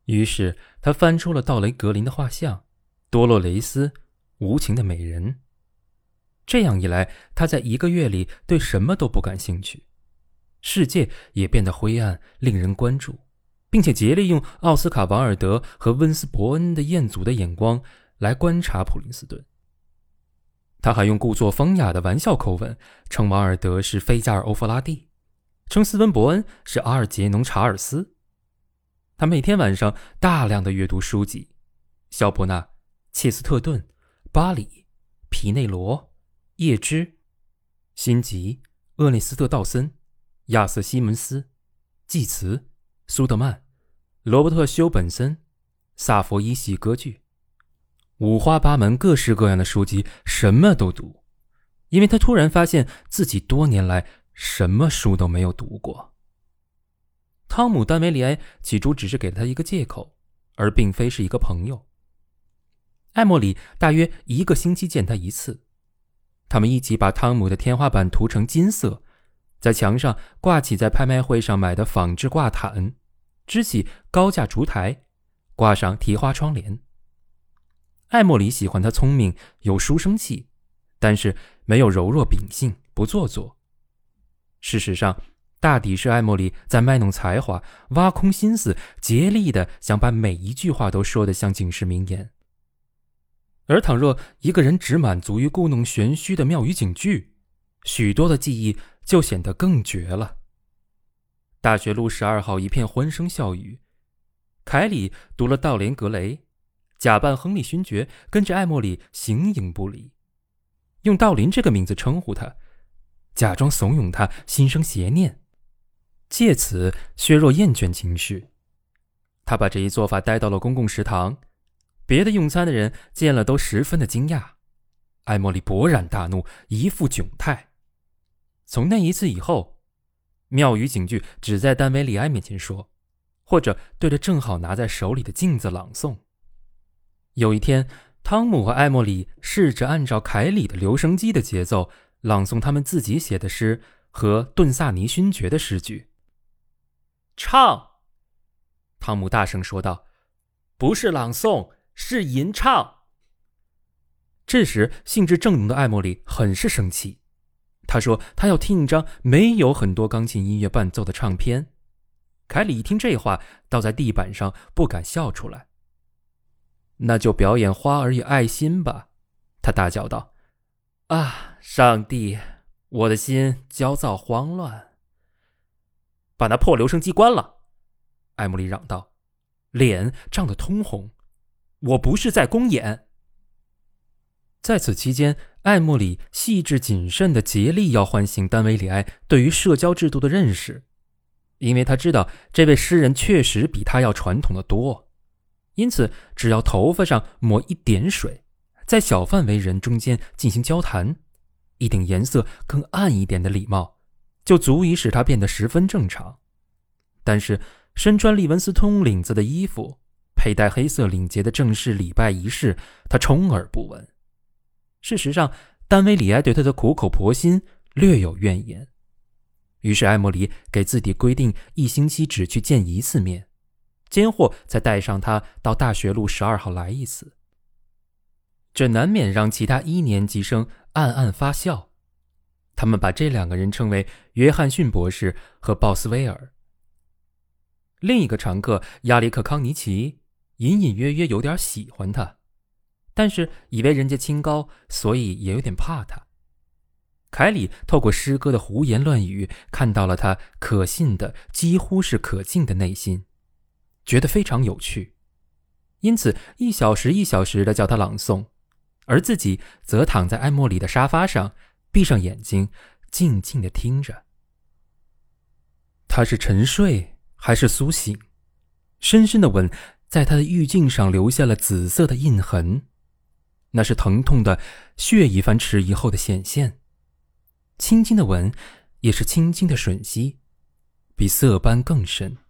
于是他翻出了道雷格林的画像，多洛雷斯，无情的美人。这样一来，他在1个月里对什么都不感兴趣，世界也变得灰暗，令人关注，并且竭力用奥斯卡·王尔德和温斯伯恩的彦祖的眼光来观察普林斯顿。他还用故作风雅的玩笑口吻称王尔德是菲加尔·欧弗拉蒂，称斯温伯恩是阿尔杰农·查尔斯。他每天晚上大量的阅读书籍，肖伯纳、切斯特顿、巴里、皮内罗、叶芝、辛吉、厄内斯特·道森、亚瑟·西门斯、济慈、苏德曼、罗伯特·休本森、萨佛伊系歌剧，五花八门各式各样的书籍，什么都读，因为他突然发现自己多年来什么书都没有读过。汤姆·丹维里埃起初只是给了他一个借口，而并非是一个朋友。艾莫里大约1个星期见他一次，他们一起把汤姆的天花板涂成金色，在墙上挂起在拍卖会上买的仿制挂毯，支起高架烛台，挂上提花窗帘。艾莫里喜欢他聪明，有书生气，但是没有柔弱秉性，不做作。事实上，大抵是艾莫里在卖弄才华，挖空心思，竭力地想把每一句话都说得像警世名言。而倘若一个人只满足于故弄玄虚的妙语警句，许多的记忆就显得更绝了。大学路12号一片欢声笑语，凯里读了道连格雷，假扮亨利勋爵，跟着艾莫里形影不离，用道林这个名字称呼他，假装怂恿他心生邪念，借此削弱厌倦情绪。他把这一做法带到了公共食堂，别的用餐的人见了都十分的惊讶。艾莫里勃然大怒，一副窘态。从那一次以后，妙语警句只在丹维里埃面前说，或者对着正好拿在手里的镜子朗诵。有一天，汤姆和艾莫里试着按照凯里的留声机的节奏朗诵他们自己写的诗和顿萨尼勋爵的诗句。唱！汤姆大声说道，不是朗诵，是吟唱。这时兴致正浓的艾莫里很是生气，他说他要听一张没有很多钢琴音乐伴奏的唱片。凯里一听这话，倒在地板上不敢笑出来。那就表演花儿与爱心吧，他大叫道。啊，上帝，我的心焦躁慌乱。把那破留声机关了，艾莫里嚷道，脸涨得通红。我不是在公演。在此期间，艾莫里细致谨慎地竭力要唤醒丹维里埃对于社交制度的认识，因为他知道这位诗人确实比他要传统的多。因此只要头发上抹一点水，在小范围人中间进行交谈，一顶颜色更暗一点的礼帽就足以使他变得十分正常。但是身穿利文斯通领子的衣服，佩戴黑色领结的正式礼拜仪式，他充耳不闻。事实上，丹维里埃对他的苦口婆心略有怨言，于是艾莫里给自己规定1星期只去见1次面，间或再带上他到大学路12号来一次。这难免让其他1年级生暗暗发笑，他们把这2个人称为约翰逊博士和鲍斯威尔。另一个常客亚历克康尼奇隐隐约约有点喜欢他，但是以为人家清高，所以也有点怕他。凯里透过诗歌的胡言乱语看到了他可信的几乎是可敬的内心，觉得非常有趣，因此1小时1小时地叫他朗诵，而自己则躺在艾莫里的沙发上，闭上眼睛静静地听着。他是沉睡还是苏醒？深深的吻在他的玉颈上留下了紫色的印痕，那是疼痛的血一番迟疑后的显现。轻轻的吻也是轻轻的吮吸，比色斑更深。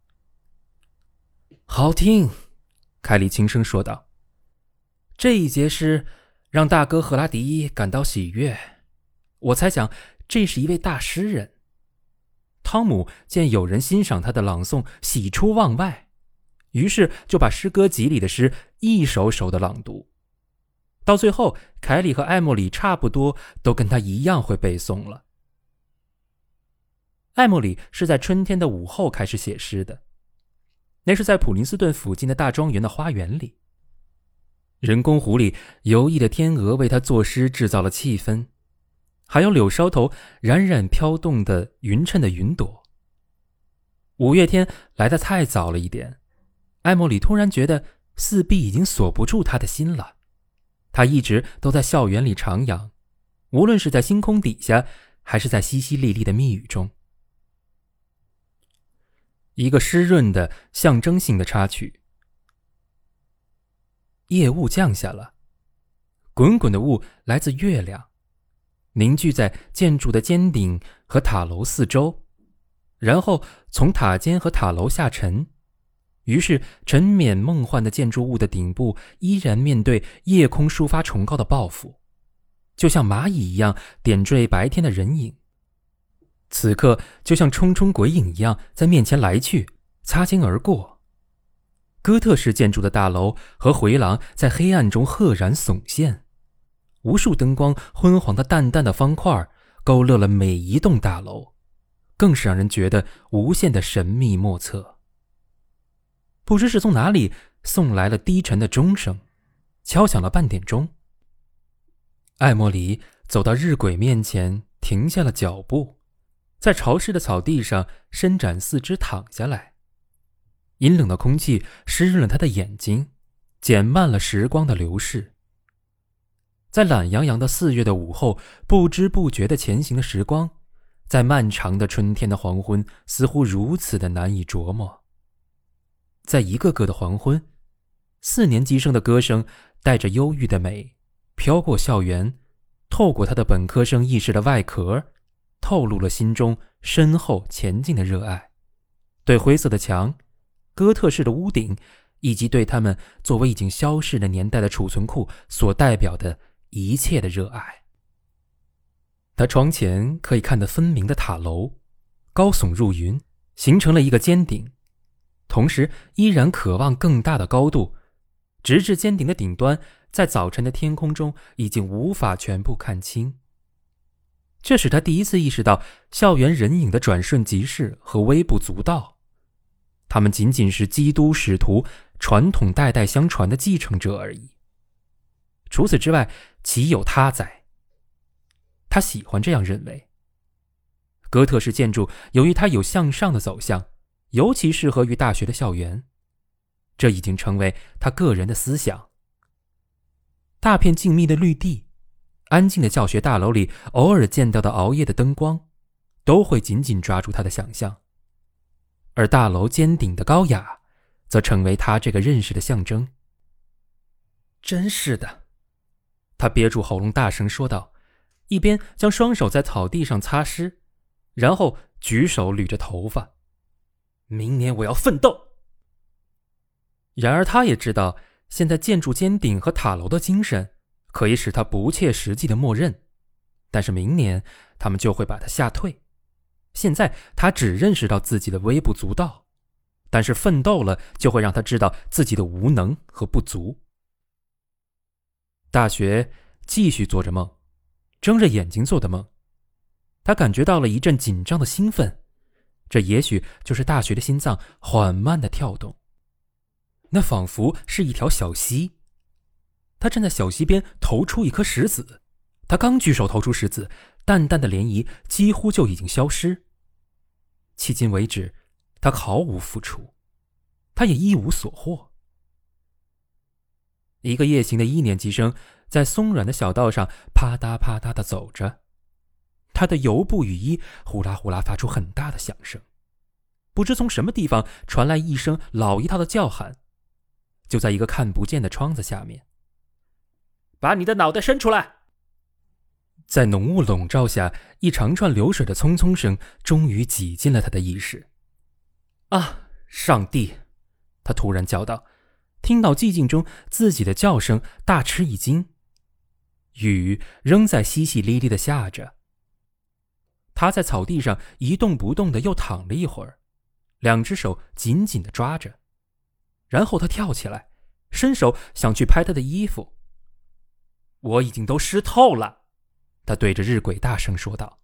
好听，凯里轻声说道。这一节诗让大哥赫拉迪感到喜悦，我猜想这是一位大诗人。汤姆见有人欣赏他的朗诵，喜出望外， 于是就把诗歌集里的诗一首首的朗读。到最后，凯里和艾莫里差不多都跟他一样会背诵了。艾莫里是在春天的午后开始写诗的，那是在普林斯顿附近的大庄园的花园里。人工湖里游弋的天鹅为他作诗制造了气氛，还有柳梢头冉冉飘动的匀称的云朵。五月天来得太早了一点，艾莫里突然觉得四壁已经锁不住他的心了。他一直都在校园里徜徉，无论是在星空底下，还是在淅淅沥沥的密语中。一个湿润的象征性的插曲。夜雾降下了，滚滚的雾来自月亮，凝聚在建筑的尖顶和塔楼四周，然后从塔尖和塔楼下沉。于是沉湎梦幻的建筑物的顶部依然面对夜空抒发崇高的抱负，就像蚂蚁一样点缀白天的人影。此刻就像冲冲鬼影一样在面前来去，擦肩而过。哥特式建筑的大楼和回廊在黑暗中赫然耸现，无数灯光昏黄的淡淡的方块勾勒了每一栋大楼，更是让人觉得无限的神秘莫测。不知是从哪里送来了低沉的钟声，敲响了半点钟。艾莫里走到日晷面前，停下了脚步，在潮湿的草地上伸展四肢躺下来。阴冷的空气湿润了他的眼睛，减慢了时光的流逝。在懒洋洋的4月的午后，不知不觉地前行的时光，在漫长的春天的黄昏似乎如此的难以琢磨。在一个个的黄昏，4年级生的歌声带着忧郁的美飘过校园，透过他的本科生意识的外壳，透露了心中深厚前进的热爱，对灰色的墙、哥特式的屋顶，以及对他们作为已经消逝的年代的储存库所代表的一切的热爱。他窗前可以看得分明的塔楼高耸入云，形成了一个尖顶，同时依然渴望更大的高度，直至尖顶的顶端在早晨的天空中已经无法全部看清。这使他第一次意识到校园人影的转瞬即逝和微不足道，他们仅仅是基督使徒传统代代相传的继承者而已。除此之外，岂有他在？他喜欢这样认为。哥特式建筑由于它有向上的走向，尤其适合于大学的校园，这已经成为他个人的思想。大片静谧的绿地，安静的教学大楼里偶尔见到的熬夜的灯光，都会紧紧抓住他的想象，而大楼尖顶的高雅则成为他这个认识的象征。真是的，他憋住喉咙大声说道，一边将双手在草地上擦湿，然后举手捋着头发。明年我要奋斗。然而他也知道，现在建筑尖顶和塔楼的精神可以使他不切实际的默认，但是明年他们就会把他吓退。现在他只认识到自己的微不足道，但是奋斗了就会让他知道自己的无能和不足。大学继续做着梦，睁着眼睛做的梦。他感觉到了一阵紧张的兴奋，这也许就是大学的心脏缓慢的跳动。那仿佛是一条小溪，他站在小溪边投出一颗石子，他刚举手投出石子，淡淡的涟漪几乎就已经消失。迄今为止，他毫无付出，他也一无所获。一个夜行的1年级生在松软的小道上啪嗒啪嗒地走着，他的油布雨衣呼啦呼啦发出很大的响声。不知从什么地方传来一声老一套的叫喊，就在一个看不见的窗子下面。把你的脑袋伸出来！在浓雾笼罩下，一长串流水的匆匆声终于挤进了他的意识。啊，上帝！他突然叫道，听到寂静中自己的叫声，大吃一惊。雨仍在淅淅沥沥地下着。他在草地上一动不动地又躺了一会儿，2只手紧紧地抓着， 然后他跳起来，伸手想去拍他的衣服。我已经都湿透了，他对着日晷大声说道。